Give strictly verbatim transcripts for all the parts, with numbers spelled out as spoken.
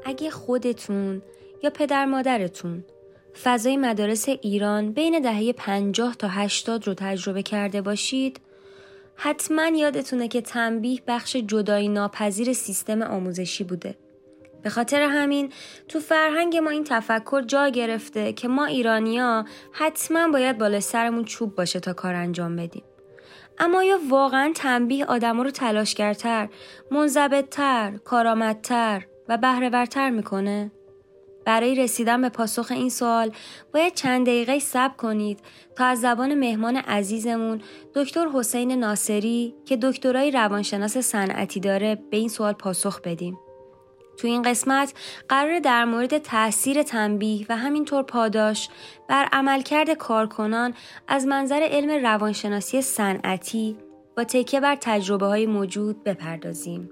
اگه خودتون یا پدر مادرتون فضای مدارس ایران بین دهه پنجاه تا هشتاد رو تجربه کرده باشید، حتما یادتونه که تنبیه بخش جدایی ناپذیر سیستم آموزشی بوده. به خاطر همین تو فرهنگ ما این تفکر جا گرفته که ما ایرانی‌ها حتما باید بالای سرمون چوب باشه تا کار انجام بدیم. اما یا واقعا تنبیه آدم‌ها رو تلاشگرتر، منضبط‌تر، کارآمدتر و بهره‌ورتر میکنه؟ برای رسیدن به پاسخ این سوال باید چند دقیقه صبر کنید تا از زبان مهمان عزیزمون دکتر حسین ناصری که دکترای روانشناس صنعتی داره به این سوال پاسخ بدیم. تو این قسمت قراره در مورد تأثیر تنبیه و همینطور پاداش بر عملکرد کارکنان از منظر علم روانشناسی صنعتی با تکیه بر تجربه‌های موجود بپردازیم.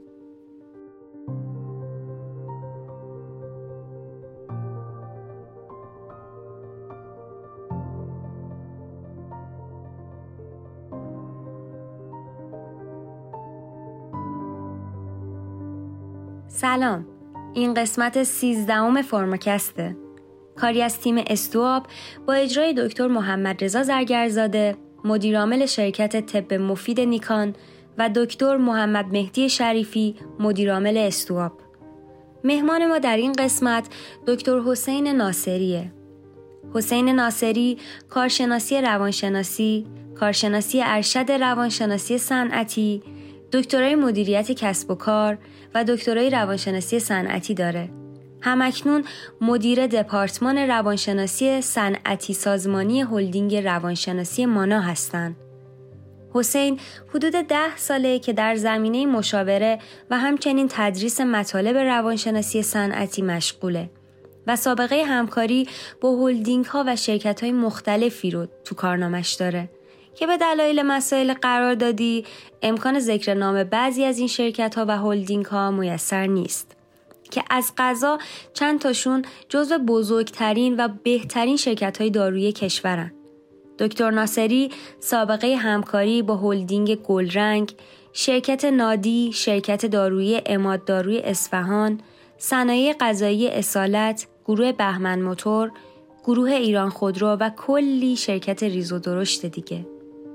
سلام، این قسمت سیزدهم فرماکسته. کاری از تیم استوآپ با اجرای دکتر محمد رضا زرگرزاده، مدیرعامل شرکت طب مفید نیکان و دکتر محمد مهدی شریفی، مدیرعامل استوآپ. مهمان ما در این قسمت دکتر حسین ناصریه. حسین ناصری کارشناسی روانشناسی، کارشناسی ارشد روانشناسی صنعتی، دکترای مدیریت کسب و کار و دکترای روانشناسی صنعتی داره. همکنون مدیر دپارتمان روانشناسی صنعتی سازمانی هلدینگ روانشناسی مانا هستند. حسین حدود ده ساله که در زمینه مشاوره و همچنین تدریس مطالب روانشناسی صنعتی مشغوله و سابقه همکاری با هلدینگ ها و شرکت های مختلفی رو تو کارنامش داره که به دلایل مسائل قراردادی امکان ذکر نام بعضی از این شرکت ها و هلدینگ ها میسر نیست که از قضا چند تاشون جزو بزرگترین و بهترین شرکت های دارویی کشورن. دکتر ناصری سابقه همکاری با هلدینگ گلرنگ، شرکت نادی، شرکت دارویی عماد داروی اصفهان، صنایع غذایی اصالت، گروه بهمن موتور، گروه ایران خودرو و کلی شرکت ریز و درشت دیگه.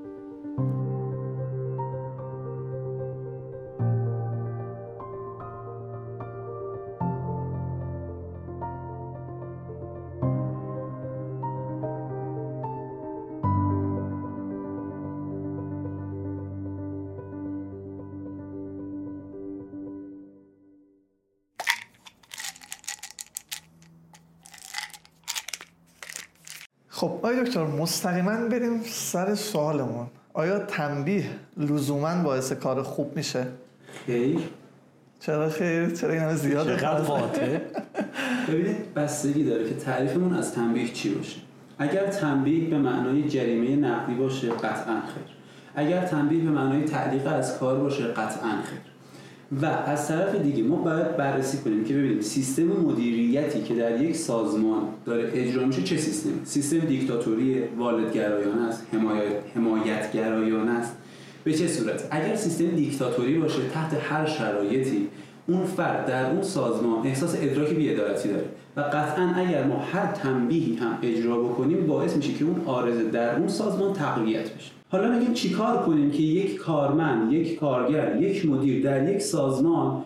خب آقای دکتر، مستقیما بریم سر سوالمون. آیا تنبیه لزوماً باعث کار خوب میشه؟ خیر. چرا خیر؟ چرا این همه زیاده؟ چقدر قاطع؟ ببینید بستگی داره که تعریفمون از تنبیه چی باشه. اگر تنبیه به معنای جریمه نقدی باشه قطعاً خیر. اگر تنبیه به معنای تعلیق از کار باشه قطعاً خیر. و از طرف دیگه ما باید بررسی کنیم که ببینیم سیستم مدیریتی که در یک سازمان داره اجرا میشه چه سیستمی؟ سیستم دیکتاتوری، والدگرایانه است، حمایت حمایتگرایانه است. به چه صورت؟ اگر سیستم دیکتاتوری باشه تحت هر شرایطی اون فرد در اون سازمان احساس ادراک بی‌عدالتی داره و قطعاً اگر ما هر تنبیهی هم اجرا بکنیم باعث میشه که اون عارضه در اون سازمان تقویت بشه. حالا میگیم چیکار کنیم که یک کارمند، یک کارگر، یک مدیر در یک سازمان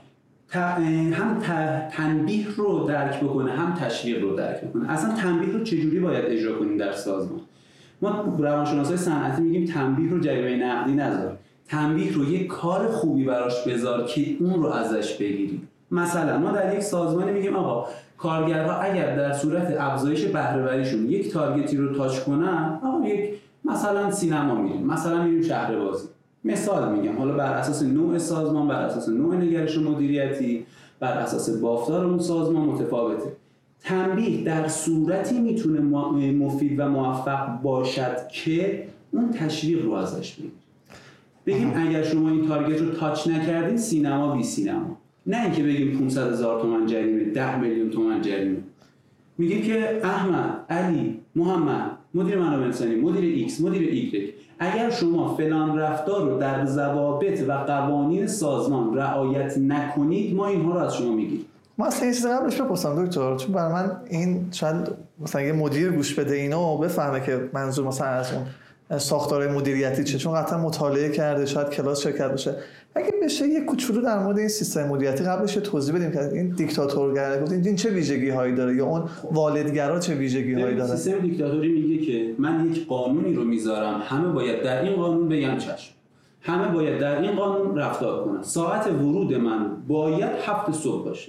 هم تنبیه رو درک بکنه هم تشویق رو درک بکنه. اصلا تنبیه رو چجوری باید اجرا کنیم در سازمان؟ ما روانشناسای صنعتی میگیم تنبیه رو جریمه نقدی نذار. تنبیه رو یک کار خوبی براش بذار که اون رو ازش بگیریم. مثلا ما در یک سازمانی میگیم آقا کارگرها اگر در صورت افزایش بهره‌وریشون یک تارگتی رو تاچ کنن، آقا یک مثلا سینما میریم، مثلا میریم شهربازی. مثال میگم، حالا بر اساس نوع سازمان، بر اساس نوع نگرش مدیریتی، بر اساس بافتار اون سازمان متفاوته. تنبیه در صورتی میتونه مفید و موفق باشد که اون تشویق رو ازش بگیریم. بگیم اگر شما این تارگت رو تاچ نکردین سینما بی سینما. نه اینکه بگیم پانصد هزار تومان جریمه، ده میلیون تومان جریمه. میگیم که احمد، علی، محمد، مدیر منابع انسانی، مدیر ایکس، مدیر ایگرگ، اگر شما فلان رفتار رو در ضوابط و قوانین سازمان رعایت نکنید ما اینها رو از شما میگیریم. من اصلا این چیز قبلش بپرسم دکتر، چون برای من این شاید مثلا یه مدیر گوش بده اینو بفهمه که منظور مثلا از اون ساختارهای مدیریتی چه، چون قطعا مطالعه کرده، شاید کلاس شرکت بشه. اگه بشه یه کوچولو در مورد این سیستم مدیریتی قبلش توضیح بدیم که این دیکتاتورگره گفتین این چه ویژگی هایی داره یا اون والدگرا چه ویژگی هایی داره؟ سیستم دیکتاتوری میگه که من یک قانونی رو میذارم، همه باید در این قانون بگن چشم، همه باید در این قانون رفتار کنن، ساعت ورود من باید هفت صبح باشه،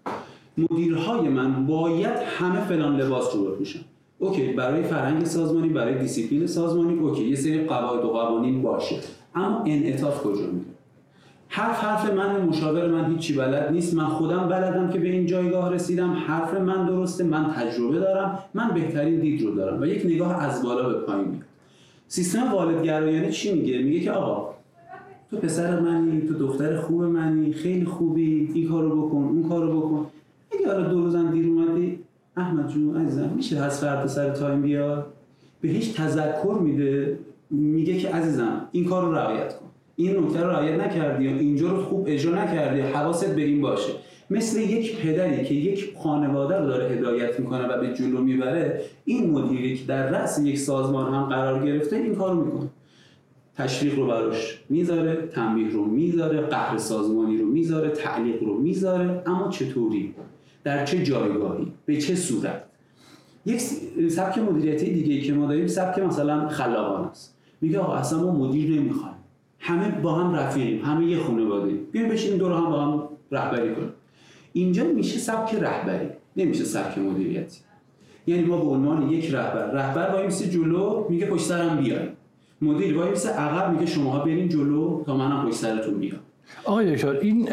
مدیرهای من باید همه فلان لباس رو بپوشن. اوکی، برای فرهنگ سازمانی، برای دیسیپلین سازمانی اوکی یه سری قواعد و قوانین باشه، اما انعطاف کجا میره؟ حرف حرف من، مشاور من هیچی بلد نیست، من خودم بلدم که به این جایگاه رسیدم، حرف من درسته، من تجربه دارم، من بهترین دید رو دارم و یک نگاه از بالا به پایین میاد. سیستم والدگرایانه چی میگه؟ میگه که آقا تو پسر منی، تو دختر خوب منی، خیلی خوبی، این کارو بکن، اون کارو بکن. اگه حالا دو روزم دیر اومدی، احمد جون عزیزم میشه از فردا سر تایم بیا؟ بهش تذکر میده، میگه که عزیزم این کارو رعایت کن، این نکته رو رعایت نکردی یا اینجا رو خوب اجرا نکردی، حواست به این باشه. مثل یک پدری که یک خانواده رو داره هدایت میکنه و به جلو میبره، این مدیری که در رأس یک سازمان هم قرار گرفته این کارو میکنه. تشویق رو براش میذاره، تنبیه رو میذاره، قهر سازمانی رو میذاره، تعلیق رو میذاره، اما چطوری؟ در چه جایگاهی؟ به چه صورت؟ یک سبک مدیریتی دیگه که ما داریم سبک مثلا خلاقانه است. میگه آقا اصلا ما مدیر نمیخوایم، همه با هم رفیقیم، همه یه خانواده‌ایم، بیایم بشینیم دور هم با هم رهبری کنیم. اینجا میشه سبک رهبری، نمیشه سبک مدیریتی. یعنی ما به عنوان یک رهبر، رهبر وای میسه جلو میگه پشت سرم بیاین، مدیر وای میسه عقب میگه شماها برین جلو تا منم پشت سرتون بیام. آقای دکتر این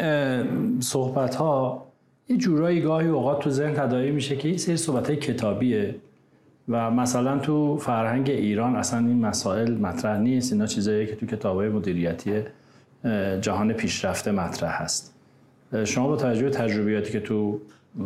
صحبت ها یه جورایی گاهی اوقات تو ذهن تداعی میشه که این سری صحبت‌های کتابیه و مثلا تو فرهنگ ایران اصلا این مسائل مطرح نیست، اینا چیزایی که تو کتاب‌های مدیریتی جهان پیشرفته مطرح هست. شما با توجه به تجربیاتی که تو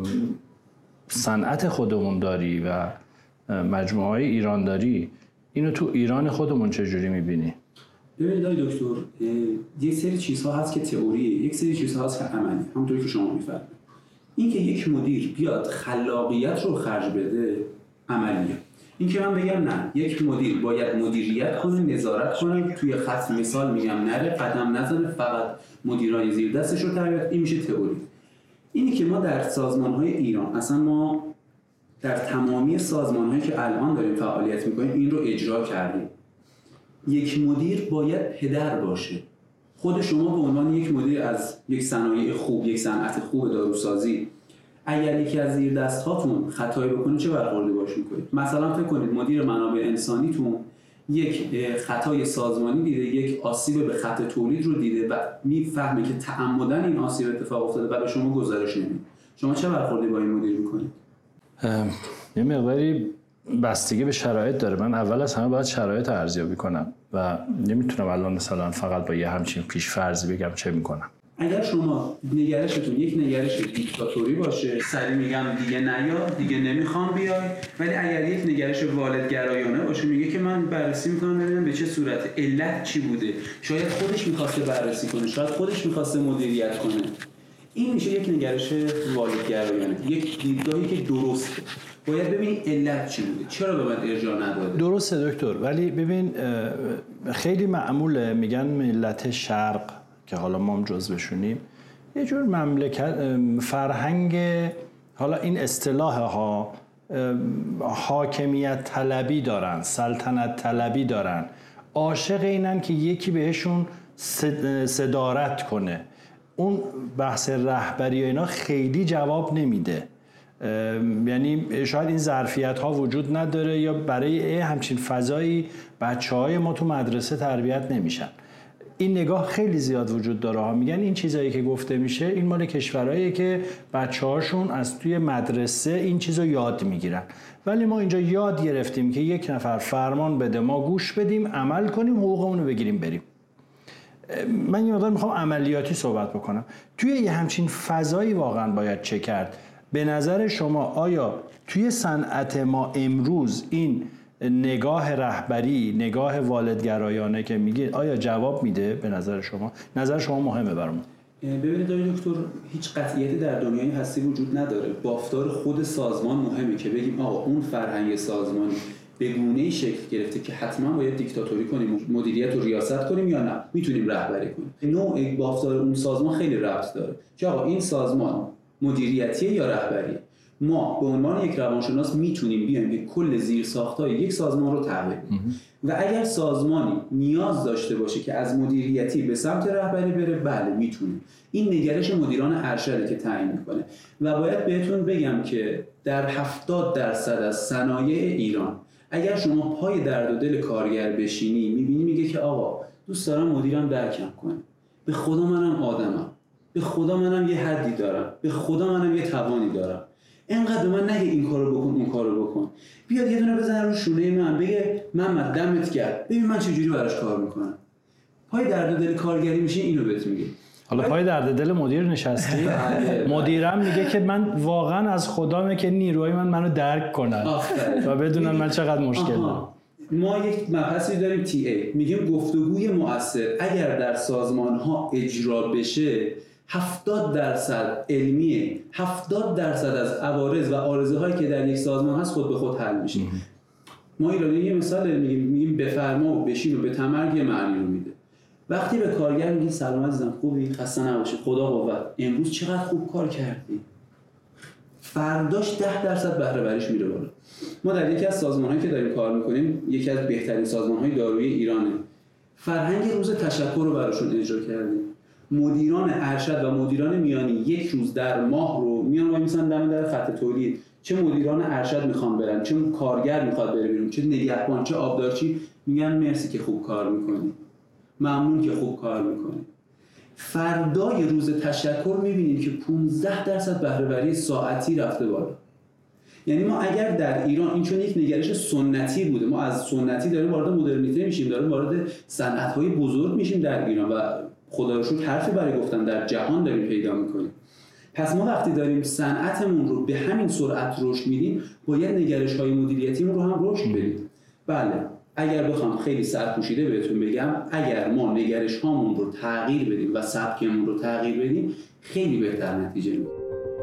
صنعت خودمون داری و مجموعه‌های ایران داری، اینو تو ایران خودمون چجوری می‌بینی؟ ببینید آقای دکتر، یک سری چیزها هست که تئوریه، یک سری چیزها هست که عملی، همونطوری که شما می‌فرمایید. این که یک مدیر بیاد خلاقیت رو خرج بده عملیه. این که من بگم نه، یک مدیر باید مدیریت کنه، نظارت کنه، توی خط مثال میگم نره، قدم نزنه، فقط مدیرای زیر دستش رو تربیت، این میشه تئوری. اینی که ما در سازمان‌های ایران، اصلا ما در تمامی سازمان‌هایی که الان داریم فعالیت می‌کنیم این رو اجرا کردیم. یک مدیر باید پدر باشه. خود شما به عنوان یک مدیر از یک صنایع خوب، یک صنعت خوب داروسازی، اگر یکی از زیر دست هاتون خطایی بکنه چه برخوردی باش میکنید؟ مثلا فکر کنید مدیر منابع انسانیتون یک خطای سازمانی دیده، یک آسیب به خط تولید رو دیده و میفهمه که تعمدن این آسیب اتفاق افتاده و به شما گزارش نمیده. شما چه برخوردی با این مدیر میکنید؟ یه مقداری بستگی به شرایط داره. من اول از همه باید شرایط ارزیابی کنم و نمیتونم الان مثلا فقط با یه همچین پیش‌فرضی بگم چه میکنم. اگر شما نگرشتون یک نگرش دیکتاتوری باشه، سری میگم دیگه نیا، دیگه نمیخوام بیای، ولی اگر یک نگرش والدگرایانه باشه، میگه که من بررسی میکنم ببینم به چه صورت، علت چی بوده، شاید خودش میخواسته بررسی کنه، شاید خودش میخواسته مدیریت کنه، این میشه یک نگرش والدگرایانه، یک دیدگاهی که درسته. باید ببینی علت چی بوده، چرا به من ارجاع نداده. درسته دکتر، ولی ببین خیلی معموله میگن ملت شرق که حالا ما هم جزوشونیم یه جور مملکت فرهنگ، حالا این اصطلاح ها حاکمیت طلبی دارن، سلطنت طلبی دارن، عاشق اینن که یکی بهشون صدارت کنه. اون بحث رهبری و اینا خیلی جواب نمیده. یعنی شاید این ظرفیت ها وجود نداره یا برای همچین فضایی بچه های ما تو مدرسه تربیت نمیشن. این نگاه خیلی زیاد وجود داره ها. میگن این چیزایی که گفته میشه این مال کشورهاییه که بچه هاشون از توی مدرسه این چیزو یاد میگیرن، ولی ما اینجا یاد گرفتیم که یک نفر فرمان بده، ما گوش بدیم، عمل کنیم، حقوقمون رو بگیریم بریم. من یه مقدار میخوام عملیاتی صحبت بکنم. توی یه همچین فضایی واقعا باید چه کرد؟ به نظر شما آیا توی صنعت ما امروز این نگاه رهبری، نگاه والدگرایانه که میگید آیا جواب میده؟ به نظر شما نظر شما مهمه برامون. ببینید آقای دکتر، هیچ قطعیتی در دنیای هستی وجود نداره. بافتار خود سازمان مهمه که بگیم آقا اون فرهنگ سازمانی به گونه‌ای شکل گرفته که حتما باید دیکتاتوری کنیم، مدیریت و ریاست کنیم یا نه میتونیم رهبری کنیم. نوع بافتار اون سازمان خیلی ربط داره که آقا این سازمان مدیریتیه یا رهبریه. ما به عنوان یک روانشناس میتونیم بیایم که کل زیرساخت‌های یک سازمان رو تغییر بدیم و اگر سازمانی نیاز داشته باشه که از مدیریتی به سمت رهبری بره، بله میتونه. این نگرش مدیران ارشده که تعیین میکنه و باید بهتون بگم که در هفتاد درصد از صنایع ایران اگر شما پای درد و دل کارگر بشینی میبینی میگه که آقا دوست دارم مدیرم درکم کنه، به خدا منم آدمم، به خدا منم یه حدی دارم، به خدا منم یه توانی دارم، اینقدر به من نگه این کارو بکن اون کارو بکن، بیاد یه دونه بزنه رو شونه من بگه محمد دمت گرم ببین من چجوری براش کار میکنم. پای درد و دل کارگری میشه اینو بهت میگه. حالا پای درد دل مدیر نشستی؟ مدیرم میگه که من واقعا از خدامه که نیروهای من منو درک کنن و بدونن من چقدر مشکل دارم. ما یک مبحثی داریم تی ای، میگیم گفتگوی مؤثر. اگر در سازمان‌ها اجرا بشه هفتاد درصد علمیه، هفتاد درصد از عوارض و عارضه‌هایی که در یک سازمان هست خود به خود حل میشه. ما ایرانی یه مثال میگیم میگیم بفرما و بشین و به تمرگ یه معنی رو میده. وقتی به کارگر میگی سلام عزیزم خوبی، خسته نباشی، خدا قوت، امروز چقدر خوب کار کردی، فرداش ده درصد بهره وریش میره بالا. ما در یکی از سازمان‌هایی که داریم کار میکنیم، یکی از بهترین سازمان‌های دارویی ایرانه، فرهنگ روز تشکر رو براشون اجرا کردیم. مدیران ارشد و مدیران میانی یک روز در ماه رو میان وای میسن دم در خط تولید، چه مدیران ارشد میخوان برن، چه کارگر میخواد بره بیرون، چه نگهبان، چه آبدارچی، میگن مرسی که خوب کار میکنی، ممنون که خوب کار میکنی. فردای روز تشکر میبینیم که پانزده درصد بهره‌وری ساعتی رفته بالا. یعنی ما اگر در ایران، این چون یک نگرش سنتی بوده، ما از سنتی داریم وارد مدرنیته میشیم، داریم وارد صنعت‌های بزرگ میشیم در ایران و خدا رو شکر حرفی برای گفتن در جهان داریم پیدا میکنیم. پس ما وقتی داریم صنعتمون رو به همین سرعت رشد میدیم، باید نگرش‌های مدیریتیمون رو هم رشد بدیم. بله، اگر بخوام خیلی سرپوشیده بهتون بگم، اگر ما نگرش هامون رو تغییر بدیم و سبکمون رو تغییر بدیم، خیلی بهتر نتیجه میگیریم.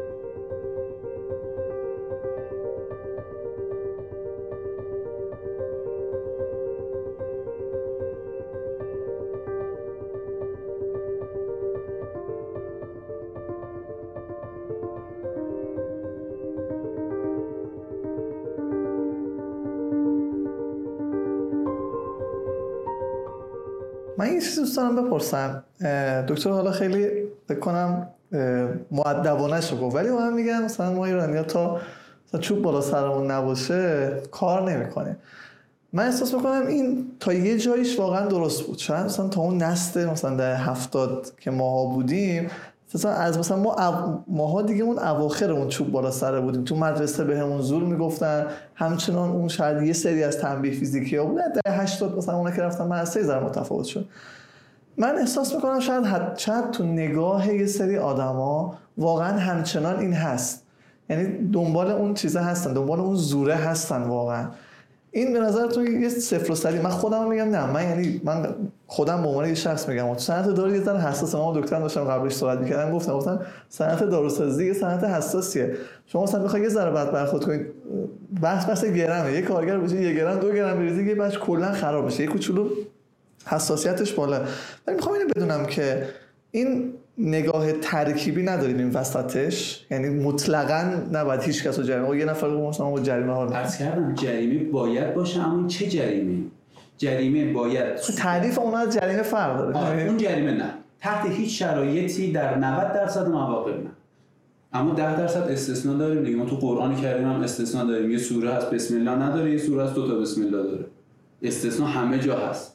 من یه چیزی دوست دارم بپرسم دکتر، حالا خیلی فکر کنم مؤدبانه شو گفت، ولی من میگم مثلا ما ایرانی‌ها تا مثلا چوب بالا سرمون نباشه کار نمی‌کنه. من احساس می‌کنم این تا یه جاییش واقعا درست بود. شاید مثلا تا اون نسل مثلا در هفتاد که ماها بودیم، مثلا از مثلا ما او... ماها دیگه اون اواخر اون چوب بالا سر بودیم، تو مدرسه بهمون زور میگفتن، همچنان اون شاید یه سری از تنبیه فیزیکی‌ها بود. در هشتاد مثلا اونا که رفتن مدرسه زر متفاوت شد. من احساس میکنم شاید حد شاید تو نگاه یه سری آدما واقعا همچنان این هست، یعنی دنبال اون چیزا هستن، دنبال اون زوره هستن واقعا. این به نظرتون یه صفر و صدی؟ من خودم میگم نه، من یعنی من خودم به عنوان یه شخص میگم تو صنعت دارو یه ذره حساس، ما دکترم داشتم قبلش صحبت میکردم، گفتم گفتن صنعت داروسازی یه صنعت حساسیه. شما مثلا بخواید یه ذره بعد برخورد کنید، بحث بحث گرمه، یه کارگر بشه یه گرم دو گرم بریزه یه بچه کلا خراب میشه، یه کوچولو حساسیتش بالا. ولی میخوام اینو بدونم که این نگاه ترکیبی نداریم این وسطش، یعنی مطلقاً نباید هیچ کس رو جریمه، یه نفر مثلا با جریمه ها عرض کردم جریمه باید باشه، اما چه جریمه؟ جریمه باید تعریف اونها از جریمه فرق داره. اون جریمه نه، تحت هیچ شرایطی در نود درصد مواقع نه، اما ده درصد استثناء داریم دیگه. ما تو قرآن کریم هم استثناء داریم، یه سوره هست بسم الله نداره، یه سوره هست دو تا بسم الله داره. استثناء همه جا هست.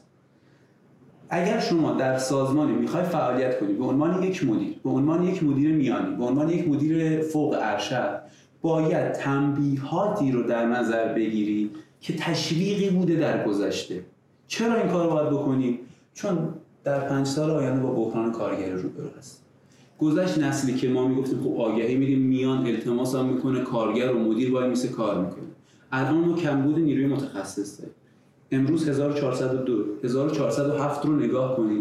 اگر شما در سازمانی میخوای فعالیت کنی به عنوان یک مدیر، به عنوان یک مدیر میانی، به عنوان یک مدیر فوق ارشد، باید تنبیهاتی رو در نظر بگیری که تشویقی بوده در گذشته. چرا این کار رو باید بکنی؟ چون در پنج سال آینده با بحران کارگری روبرو هست. گذشت نسلی که ما میگفتیم خب آگهی میدیم میان التماس هم میکنه، کارگر و مدیر وای میسه کار میکنه. الان ما کمبود نیروی متخصص داریم. امروز هزار و چهارصد و دو هزار و چهارصد و هفت رو نگاه کنید،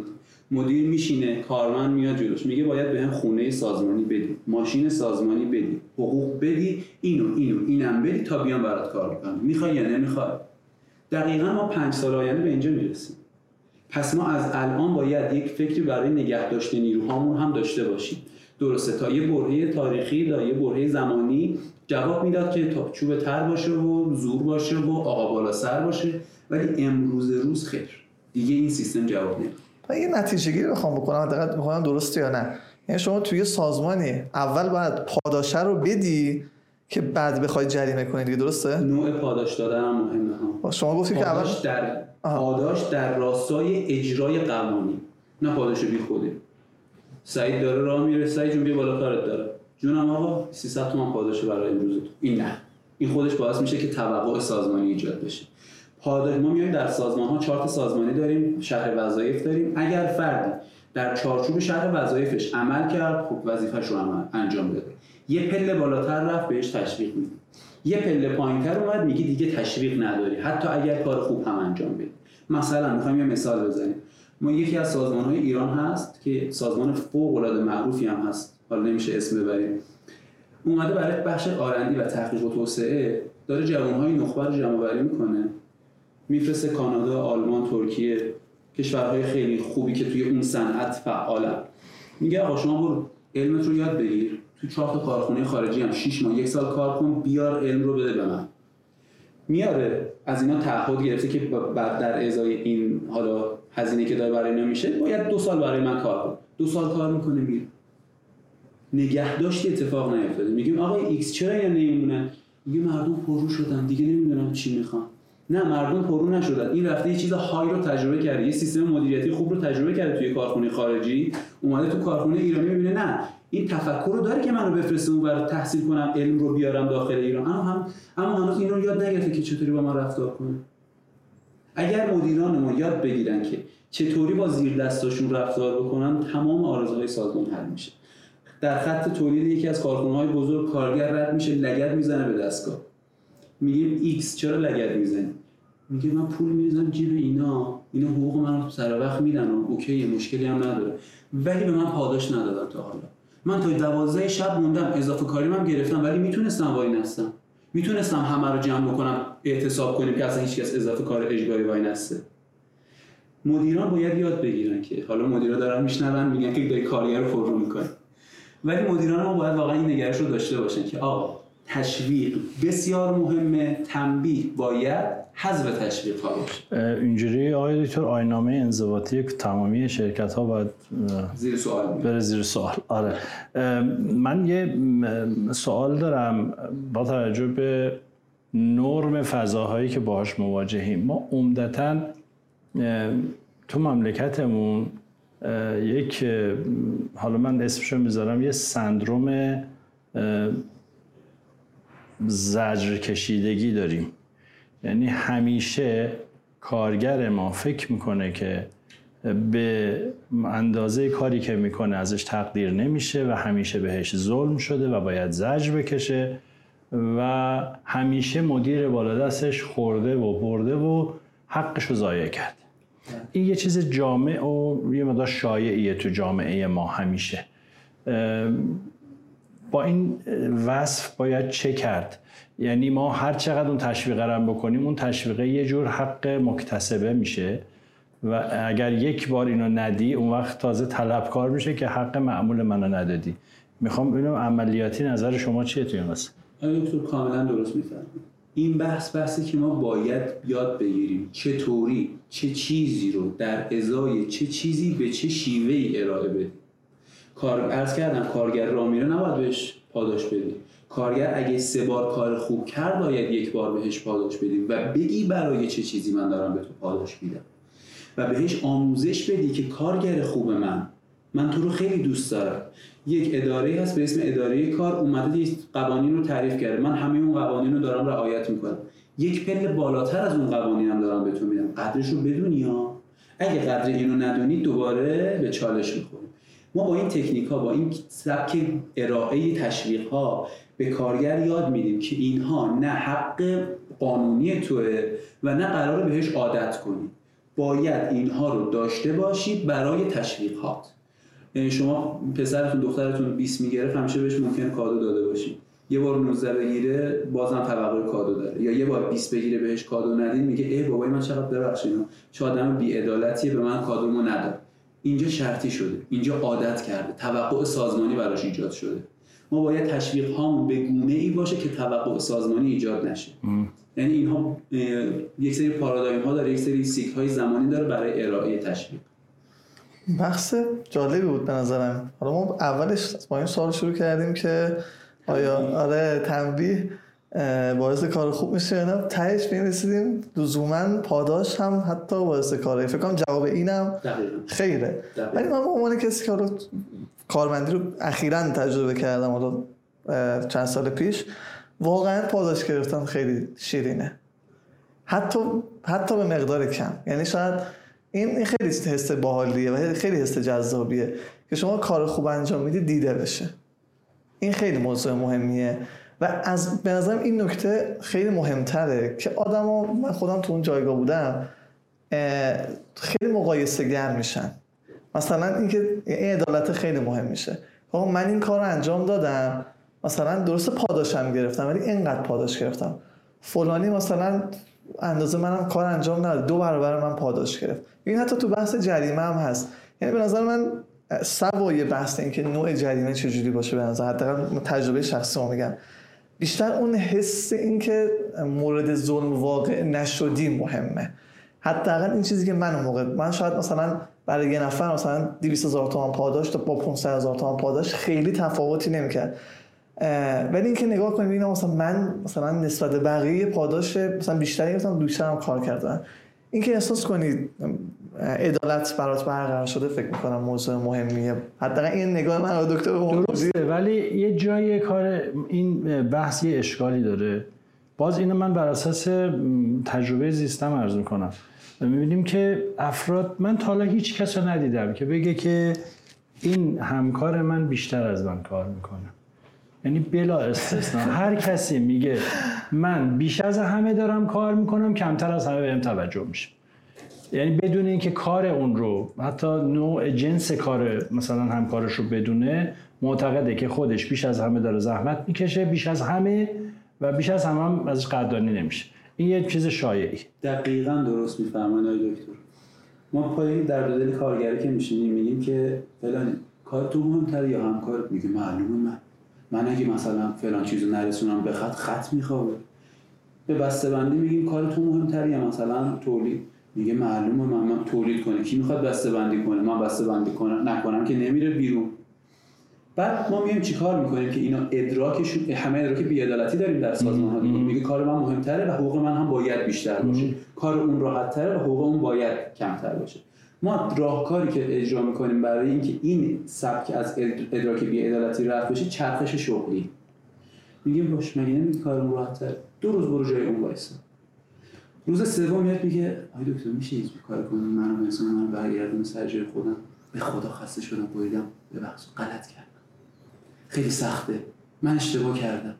مدیر میشینه، کارمند میاد جلوش میگه باید بهم خونه سازمانی بدی، ماشین سازمانی بدی، حقوق بدی، اینو اینو اینم بدی تا بیام برات کار کنم. میخوای یا نمیخوای؟ دقیقاً ما پنج سال آینده به اینجا میرسیم. پس ما از الان باید یک فکری برای نگه داشته نیروهامون هم داشته باشیم. درسته تا یه برهه تاریخی تا یه برهه زمانی جواب میداد که تا چوب تر باشه و زور باشه و آقا بالا سر باشه، ولی امروز روز خیر دیگه این سیستم جواب نمیده. من یه نتیجه گیری بخوام بکنم، دقت میکنم درسته یا نه. یعنی شما توی سازمانی اول باید پاداشه رو بدی که بعد بخوای جریمه کنی دیگه، درسته؟ نوع پاداش دادن هم مهمه ها. شما گفتید که اول در پاداش در راستای اجرای قوانین، نه پاداش بی خودی. سعید داره راه میره، سعید جون بیا بالا کارت داره، جونم آقا سیصد تومن پاداش برای امروز تو. این نه، این خودش باعث میشه که توقع سازمانی ایجاد بشه. پاداش ما میایم در سازمان ها چارت سازمانی داریم، شرح وظایف داریم. اگر فردی در چارچوب شرح وظایفش عمل کرد، خب وظیفه‌ش رو عمل انجام بده. یه پله بالاتر رفت بهش تشویق میدی، یه پله پایینتر اومد میگی دیگه تشویق نداری حتی اگر کار خوب هم انجام بدی. مثلا میخوایم یه مثال بزنیم. ما یکی از سازمان‌های ایران هست که سازمان فوق‌العاده معروفی هم هست، حالا نمیشه اسم ببریم، اومده برای بخش آرندی و تحقیق و توسعه داره جوان‌های نخبه رو جمع‌آوری میکنه، میفرسته کانادا، آلمان، ترکیه، کشورهای خیلی خوبی که توی اون صنعت فعالن. میگه آقا شما برو علمت رو یاد بگیر، تو چهار تا کارخونه خارجی هم شش ماه یک سال کار کن، بیار علم رو بده به من. میاره، از اینا تعهد گرفته که بعد در ازای این حالا هزینه که داره برای اینا میشه باید دو سال برای من کار کن. دو سال کار میکنه میره. نگهداشتی اتفاق نیفتاده. میگیم آقا ایکس چرا یا نمیمونن؟ میگه مردم پررو شدن دیگه نمیدونن چی میخوان. نه مردم پررو نشدن، این رفته یه چیز های رو تجربه کرده، یه سیستم مدیریتی خوب رو تجربه کرده توی کارخونه خارجی، اومده تو کارخونه ایرانی میبینه نه این تفکر رو داره که منو بفرسته اون برای تحصیل کنم، علم رو بیارم داخل ایران، اما هم اما هنوز این رو یاد نگرفته که چطوری با ما رفتار کنه. اگر مدیران ما یاد بگیرن که چطوری با زیر دستاشون رفتار بکنن، تمام آرزوهای سازمان حل میشه. در خط تولید یکی از کارخونه‌های بزرگ کارگر رد میشه لگد میزنه به دستگاه، میگیم ایکس چرا لگد میزنی؟ میگه من پول میریزم جیب اینا، اینا حقوق من رو سر وقت میدن و اوکی مشکلی هم نداره، ولی به من پاداش ندادن تا حالا. من تا دوازده شب موندم، اضافه کاریم هم گرفتم، ولی میتونستم وای نستم، میتونستم همه رو جمع بکنم اعتصاب کنیم که اصلا هیچ کس اضافه کار اجباری وای نسته. مدیران باید یاد بگیرن که حالا مدیرا دارن میشنون میگن که دای کارگر رو پررو میکنه، ولی مدیران ما باید واقعا این نگرش رو داشته باشن که آقا تشویق بسیار مهمه، تنبیه باید حذف تشویق ها باشه. اینجوری آقای دکتر آیین‌نامه انضباطی تمامی شرکت ها باید زیر سوال بره زیر سوال. آره من یه سوال دارم با توجه به نرم فضاهایی که باهاش مواجهیم. ما عمدتاً تو مملکتمون یک، حالا من اسمشو میذارم، یه سندروم زجر کشیدگی داریم. یعنی همیشه کارگر ما فکر میکنه که به اندازه کاری که میکنه ازش تقدیر نمیشه و همیشه بهش ظلم شده و باید زجر بکشه و همیشه مدیر بالا دستش خورده و برده و حقشو ضایع کرد. این یه چیز جامع و یه مقدار شایعیه تو جامعه ما همیشه. با این وصف باید چه کرد؟ یعنی ما هر چقدر اون تشویق رو بکنیم، اون تشویق یه جور حق مکتسبه میشه و اگر یک بار اینو ندی اون وقت تازه طلبکار میشه که حق معمول منو ندادی. میخوام ببینم عملیاتی نظر شما چیه توی این قصه؟ آقای دکتر کاملا درست میفرمایید. این بحث بحثی که ما باید یاد بگیریم چطوری چه چیزی رو در ازای چه چیزی به چه شیوهی ارائه بدیم. کار عرض کردم کارگر راه میره نباید بهش پاداش بدی. کارگر اگه سه بار کار خوب کرد باید یک بار بهش پاداش بدی و بگی برای چه چیزی من دارم به تو پاداش میدم و بهش آموزش بدی که کارگر خوب من من تو رو خیلی دوست دارم. یک اداره هست به اسم اداره کار، اومده یک قوانین رو تعریف کرده، من همه اون قوانین رو دارم رعایت میکنم، یک پله بالاتر از اون قوانینم دارم به تو میدم، قدرش رو بدونی ها. اگه قدر اینو ندونی دوباره به چالش میخوری. ما با این تکنیک ها، با این سبک ارائه تشویق ها به کارگر یاد میدیم که اینها نه حق قانونی توه و نه قراره بهش عادت کنی. باید اینها رو داشته باشید برای تشویقات. یعنی شما پسرتون دخترتون بیست میگرفت همیشه بهش ممکنه کادو داده باشید، یه بار نوزده بگیره بازم توقع کادو داره، یا یه بار بیست بگیره بهش کادو ندید میگه ای بابای من چقدر ببخشید چه آدم بی‌عدالتیه به من کادومو نداد. اینجا شرطی شده، اینجا عادت کرده، توقع سازمانی براش ایجاد شده. ما باید تشویق هامون به گونه‌ای باشه که توقع سازمانی ایجاد نشه. یعنی اینها یک سری پارادایم ها داره، یک سری سیکل های زمانی داره برای ارائه تشویق. بحث جالبی بود به نظرم. حالا ما اولش با این سوال شروع کردیم که آیا آره تنبیه باعث کار خوب میشه یا نه، تهش به این رسیدیم لزوما پاداش هم حتی باعث کاره. فکر کنم جواب اینم خیره. ولی من به عنوان کسی که کارمندی رو اخیراً تجربه کردم، حالا چند سال پیش، واقعا پاداش گرفتن خیلی شیرینه، حتی حتی به مقدار کم. یعنی شاید این خیلی حس باحالیه و خیلی حس جذابیه که شما کار خوب انجام میدی دیده بشه. این خیلی موضوع مهمیه و از به نظرم این نکته خیلی مهمتره که آدما، من خودم تو اون جایگاه بودم، خیلی مقایسه گر میشن. مثلا اینکه این عدالت خیلی مهم میشه. آقا من این کار رو انجام دادم، مثلا درست پاداشم گرفتم ولی اینقدر پاداش گرفتم، فلانی مثلا اندازه منم کار انجام نداد دو برابر من پاداش گرفت. این حتی تو بحث جریمه هم هست. یعنی به نظر من سوای بحث این که نوع جریمه چجوری باشه، به نظر حداقل تجربه شخصی رو میگم، بیشتر اون حس این که مورد ظلم واقع نشدیم مهمه. حداقل این چیزی که من اون موقع، من شاید مثلا برای یه نفر مثلا دویست هزار تومان پاداش تا با پانصد هزار تومان پاداش خیلی تفاوتی نمیکرد، ولی اینکه نگاه کنید اینا مثلا من مثلا نسبت به بقیه پاداش مثلا بیشتری گرفتم، بیشترم کار کردم، اینکه احساس کنید عدالت برات برقرار شده، فکر می‌کنم موضوع مهمیه. حداقل این نگاه من رو دکتر درسته، ولی یه جای کار این بحث یه اشکالی داره. باز اینو من بر اساس تجربه زیستم عرض می‌کنم. می‌بینیم که افراد، من تا حالا هیچ کس رو ندیدم که بگه که این همکار من بیشتر از من کار می‌کنه. یعنی بلا استثناء هر کسی میگه من بیش از همه دارم کار میکنم، کمتر از همه بهم توجه میشه. یعنی بدون اینکه کار اون رو، حتی نوع جنس کار مثلا همکارش رو بدونه، معتقده که خودش بیش از همه داره زحمت میکشه، بیش از همه و بیش از همه هم ازش قدردانی نمیشه. این یه چیز شایعی. دقیقاً درست میفرمایید آقای دکتر. ما پای درد دل کارگری که میشینیم میگیم که فلان کار تو مهمتره یا همکارت، میگه معلومه من من اگه مثلا فلان چیزو نرسونم به خط خط میخوابه. به بسته‌بندی میگیم کار تو مهمتره یا مثلا تولید، میگه معلومه من, من تولید کنه، کی میخواد بسته‌بندی کنه، من بسته‌بندی کنم نکنم که نمیره بیرون. بعد ما میایم چیکار میکنیم که اینا ادراکشون، همه ادراک بی‌عدالتی داریم در سازمان ها، میگه کار من مهمتره و حقوق من هم باید بیشتر باشه، کار اون راحت‌تره و حقوق اون باید کمتر باشه. ما راهکاری که اجرا میکنیم برای اینکه این سبک از ادراک بی‌عدالتی رفع بشه، چرخش شغلی. میگیم باش مگه نمیگی کارم راحت‌تره، دو روز برو جای اون وایسا. روز سوم میاد میگه آی دکتر میشه یه کار کنیم، منو مثلا من برگردونم سر جای خودم، به خدا خسته شدم، بریدم، ببخشید غلط کردم، خیلی سخته، من اشتباه کردم.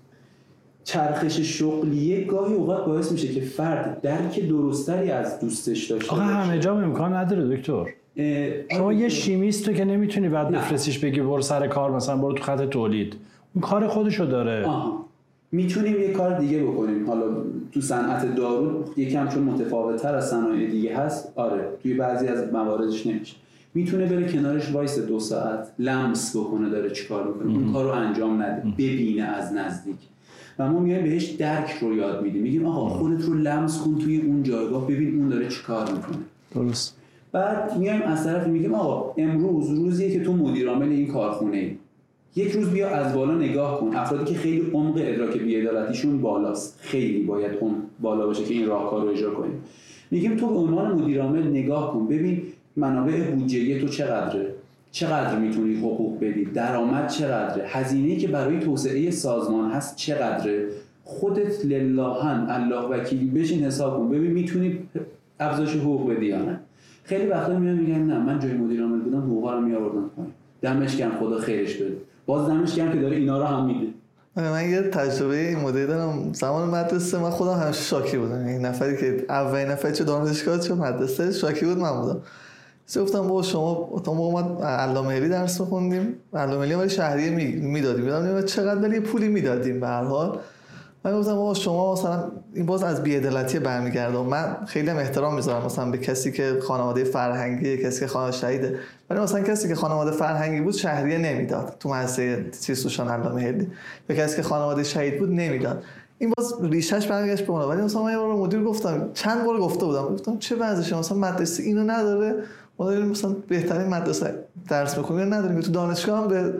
چرخش شغلیه گاهی اوقات باعث میشه که فرد درک درستری از دوستش داشته باشه. آقا همه جا امکان نداره دکتر. شما یه شیمیستو که نمیتونی بعد بفرستیش بگی برو سر کار، مثلا برو تو خط تولید، اون کار خودشو داره. آها. میتونیم یه کار دیگه بکنیم. حالا تو صنعت دارو یکم چون متفاوت‌تر از صنایع دیگه هست، آره توی بعضی از مواردش نمیشه. میتونه بره کنارش وایس دو ساعت لمس بکنه داره چیکار میکنه، اون کارو انجام نده، ببینه از نزدیک. و ما میایم بهش درک رو یاد میدیم، میگیم آقا خودت رو لمس کن توی اون جایگاه، ببین اون داره چیکار میکنه. درست. بعد میایم از طرف میگیم آقا امروز روزیه که تو مدیر عامل این کارخونه ای، یک روز بیا از بالا نگاه کن. افرادی که خیلی عمق ادراک بی‌عدالتیشون بالاست، خیلی باید اون بالا باشه که این راهکار رو اجرا کنیم. میگیم تو به عنوان مدیر عامل نگاه کن، ببین منابع بودجه‌ای تو چقدره، چقدر میتونی حقوق بدی، درآمد چقدره، هزینه‌ای که برای توسعه سازمان هست چقدره، خودت للهن الله وکیلی بشین حساب کن ببین میتونی افزایش حقوق بدی یا نه. خیلی وقتا میان میگن نه من جای مدیر عامل بودم حقوقا رو میآوردم پایین، دمش گرم خدا خیرش بده، باز دمش گرم که داره اینا رو هم میده. من یه تجربه این مدل دارم. زمان مدرسه من خودم همیشه شاکی بودم. این نفری که اولین نفر چه دانشگاه چه مدرسه شاکی بود من بودم. سه گفتم با شما تا ما ما علامه علی درس می‌خوندیم. علامه علی ولی شهریه میدادیم. میدادیم چقدر ولی پولی میدادیم به هر حال. من گفتم با شما مثلا این باز از بی‌عدالتی برمیگرده. من خیلی هم احترام میذارم مثلا به کسی که خانواده فرهنگی، کسی که خانواده شهیده. ولی مثلا کسی که خانواده فرهنگی بود شهریه نمیداد. تو مدرسه چیز توشان علامه علی. یا کسی که خانواده شهید بود نمیداد. این باز ریشش برگشت به اون. ولی مثلا من یه بار مدیر گفتم، چند بار گفته بودم، گفتم چه وضعشه مثلا مدرسه اینو نداره. ما داریم مثلا بهترین مدرسه درس می‌خونیم نداریم. تو دانشگاه هم به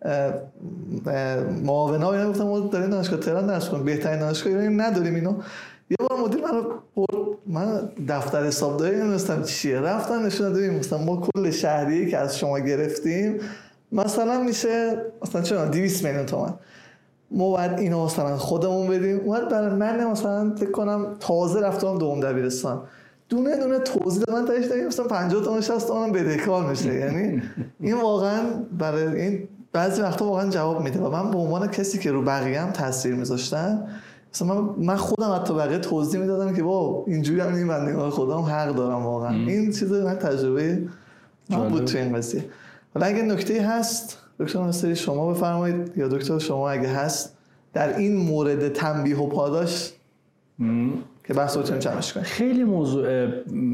معاونا اینا گفتم ما داریم دانشگاه تهران درس می‌خونیم، بهترین دانشگاه ایران نداریم اینو. یه بار مدیر منو من دفتر حسابداری نمی‌دونستم چیه، رفتم نشون دادم مثلا ما کل شهریه که از شما گرفتیم مثلا میشه مثلا چه دویست میلیون تومان. ما باید اینو مثلا خودمون بدیم. اومد برای من مثلا فکر کنم تازه رفتم دوم دبیرستان دونه دونه توضیح من تاش دادم مثلا پنجاه تومن شصت تومن بدهکار میشه. یعنی این واقعا برای این بعضی وقتا واقعا جواب میده و من به عنوان کسی که رو بقیه هم تاثیر میذاشتم مثلا من, من خودم حتی بقیه توضیح میدادم که با اینجوری هم این بندگان خودم حق دارم واقعا. ام. این چیز من تجربه من بود تو این قضیه. حالا اگه نکته هست دکتر ناصری شما بفرمایید یا دکتر شما اگه هست در این مورد تنبیه و پاداش که بحث رو جمعش کنیم. خیلی موضوع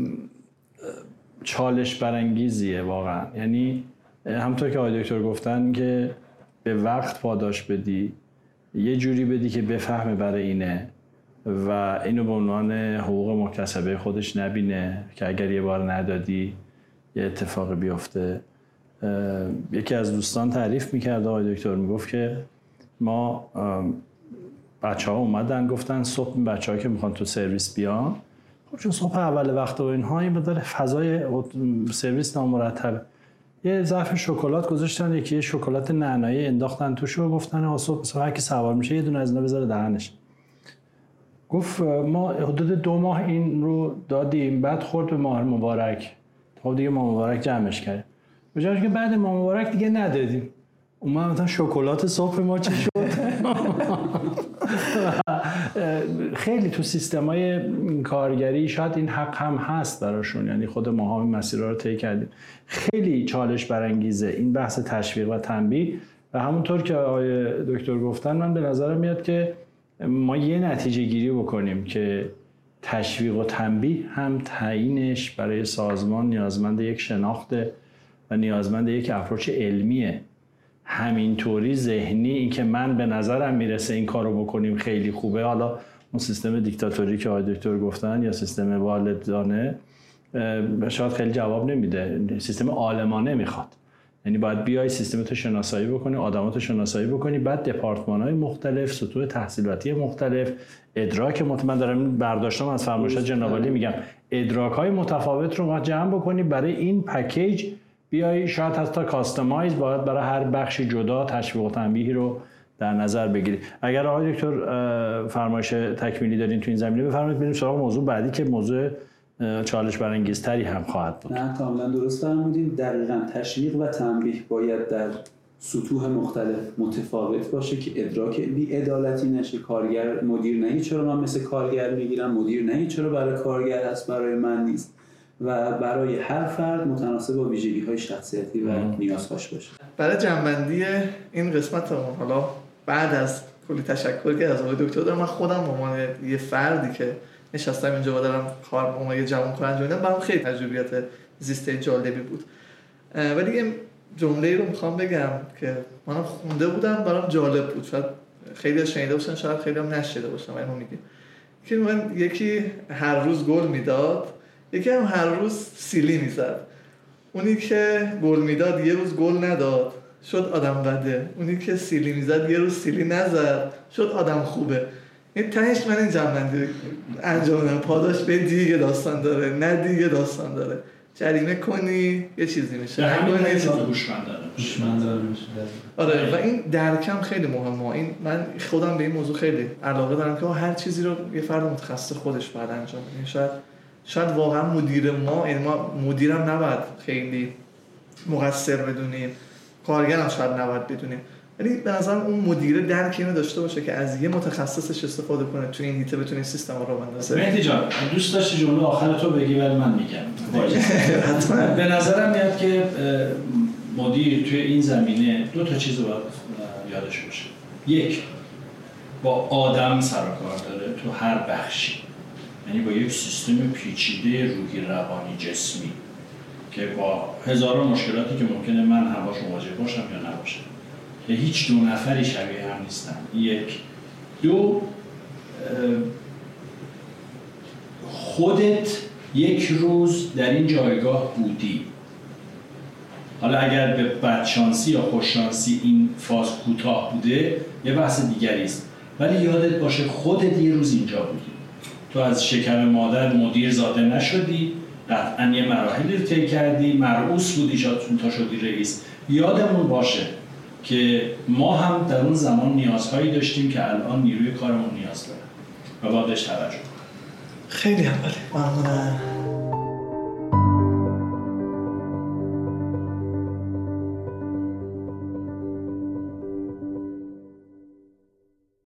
چالش برانگیزیه واقعا. یعنی همونطور که آقای دکتر گفتن که به وقت پاداش بدی، یه جوری بدی که بفهمه برای اینه و اینو به عنوان حقوق مکتسبه خودش نبینه که اگر یه بار ندادی یه اتفاق بیفته. یکی از دوستان تعریف میکرد آقای دکتر، میگفت که ما بچه ها اومدن گفتن صبح بچه ها که میخوان تو سرویس بیان، خب چون صبح اول وقت و اینها این مقدار فضای سرویس نامرتبه، یه ظرف شکلات گذاشتن، یکی یه شکلات نعنایی انداختن توش و گفتن آ صبح صبح هر کی سوار میشه یه دونه از اینا بذاره دهنش. گفت ما حدود دو ماه این رو دادیم، بعد خورد به ماه مبارک، خب دیگه ماه مبارک جمعش کردیم، به جای اینکه بعد ماه مبارک دیگه ندادیم. اومد مثلا شکلات صبح ما چی شد؟ خیلی تو سیستمای کارگری شاید این حق هم هست براشون، یعنی خود ما هم این مسیرها رو طی کردیم. خیلی چالش برانگیزه این بحث تشویق و تنبیه و همونطور که آقای دکتر گفتن من به نظرم میاد که ما یه نتیجه گیری بکنیم که تشویق و تنبیه هم تعیینش برای سازمان نیازمند یک شناخت و نیازمند یک اپروچ علمیه. همینطوری ذهنی این که من به نظرم میرسه این کارو بکنیم خیلی خوبه، حالا اون سیستم دیکتاتوری که آقای دکتر گفتن یا سیستم والدانه شاید خیلی جواب نمیده. سیستم عالمانه میخواد، یعنی باید بیای سیستمتو شناسایی بکنی، آدماتو شناسایی بکنی، بعد دپارتمان‌های مختلف، سطوح تحصیلاتی مختلف، ادراک مت... من دارم برداشتم از فرمایشات جناب عالی میگم ادراک‌های متفاوت رو باید جمع بکنی برای این پکیج بیای، شاید حتی کاستماایز باید برای هر بخشی جدا تشویق و تنبیهی رو در نظر بگیرید. اگر آقای دکتر فرمایش تکمیلی دارین تو این زمینه بفرمایید بریم سراغ موضوع بعدی که موضوع چالش برانگیزتری هم خواهد بود. نه کاملا درست فرمودین. دقیقاً تشویق و تنبیه باید در سطوح مختلف متفاوت باشه که ادراک بی‌عدالتی نشه. کارگر مدیر نگه چرا من مثل کارگر میگیرم، مدیر نگه چرا برای کارگر هست برای من نیست، و برای هر فرد متناسب با ویژگی‌های شخصیتی و نیازهاش باشه. برای جنبندی این قسمت ما حالا بعد از کلی تشکر که از آقای دکتر دارم، من خودم به عنوان یه فردی که نشستم اینجا و دارم کار به عنوان یه جوانکار انجام میدم، برام خیلی تجربیات زیسته جالبی بود. ولی یه جمله‌ای رو میخوام بگم که منم خونده بودم برام جالب بود، شاید خیلی شنیده باشن شاید خیلی هم نشنیده باشن، ولی من میگم که من یکی هر روز گل میداد، یکی هم هر روز سیلی میزد. اونی که گل میداد یه روز گل نداد شد آدم بده، اونی که سیلی میزد یه روز سیلی نزد شد آدم خوبه. این تهش من این جنبندی انجام دادم. پاداش به دیگه داستان داره، نه دیگه داستان داره. جریمه کنی یه چیزی میشه، نه همین حیث هوشمندانه میشه. آره و این درکم خیلی مهمه. این من خودم به این موضوع خیلی علاقه دارم که هر چیزی رو یه فرد متخصص خودش باید انجام بده. شاید شاید واقعا مدیر ما، یعنی ما مدیرم نباید خیلی مقصر بدونیم، کارگرم شاید نباید بدونیم. ولی به نظرم اون مدیر درک اینو داشته باشه که از یه متخصصش استفاده کنه تو این هیته بتونه سیستم رو بندازه. مهدی جان دوست داشتی جمله آخر تو بگی ولی من میگم. حتما. به نظرم میاد که مدیر توی این زمینه دو تا چیز رو باید یادش باشه. یک، با آدم سر و کار داره تو هر بخشی، یعنی با یک سیستم پیچیده روحی روانی جسمی که با هزاران مشکلاتی که ممکنه من هم باش مواجه باشم یا نباشم، که هیچ دو نفری شبیه هم نیستن. یک. دو، خودت یک روز در این جایگاه بودی، حالا اگر به بدشانسی یا خوششانسی این فاز کوتاه بوده یه بحث دیگری است، ولی یادت باشه خودت یه روز اینجا بودی. تو از شکم مادر مدیر زاده نشدی، قطعاً یه مراحلی رو طی کردی، مرعوس بودی تا شدی رئیس. یادمون باشه که ما هم در اون زمان نیازهایی داشتیم که الان نیروی کارمون نیاز داره و باید بهش توجه کنیم. خیلی عالی. ممنونم.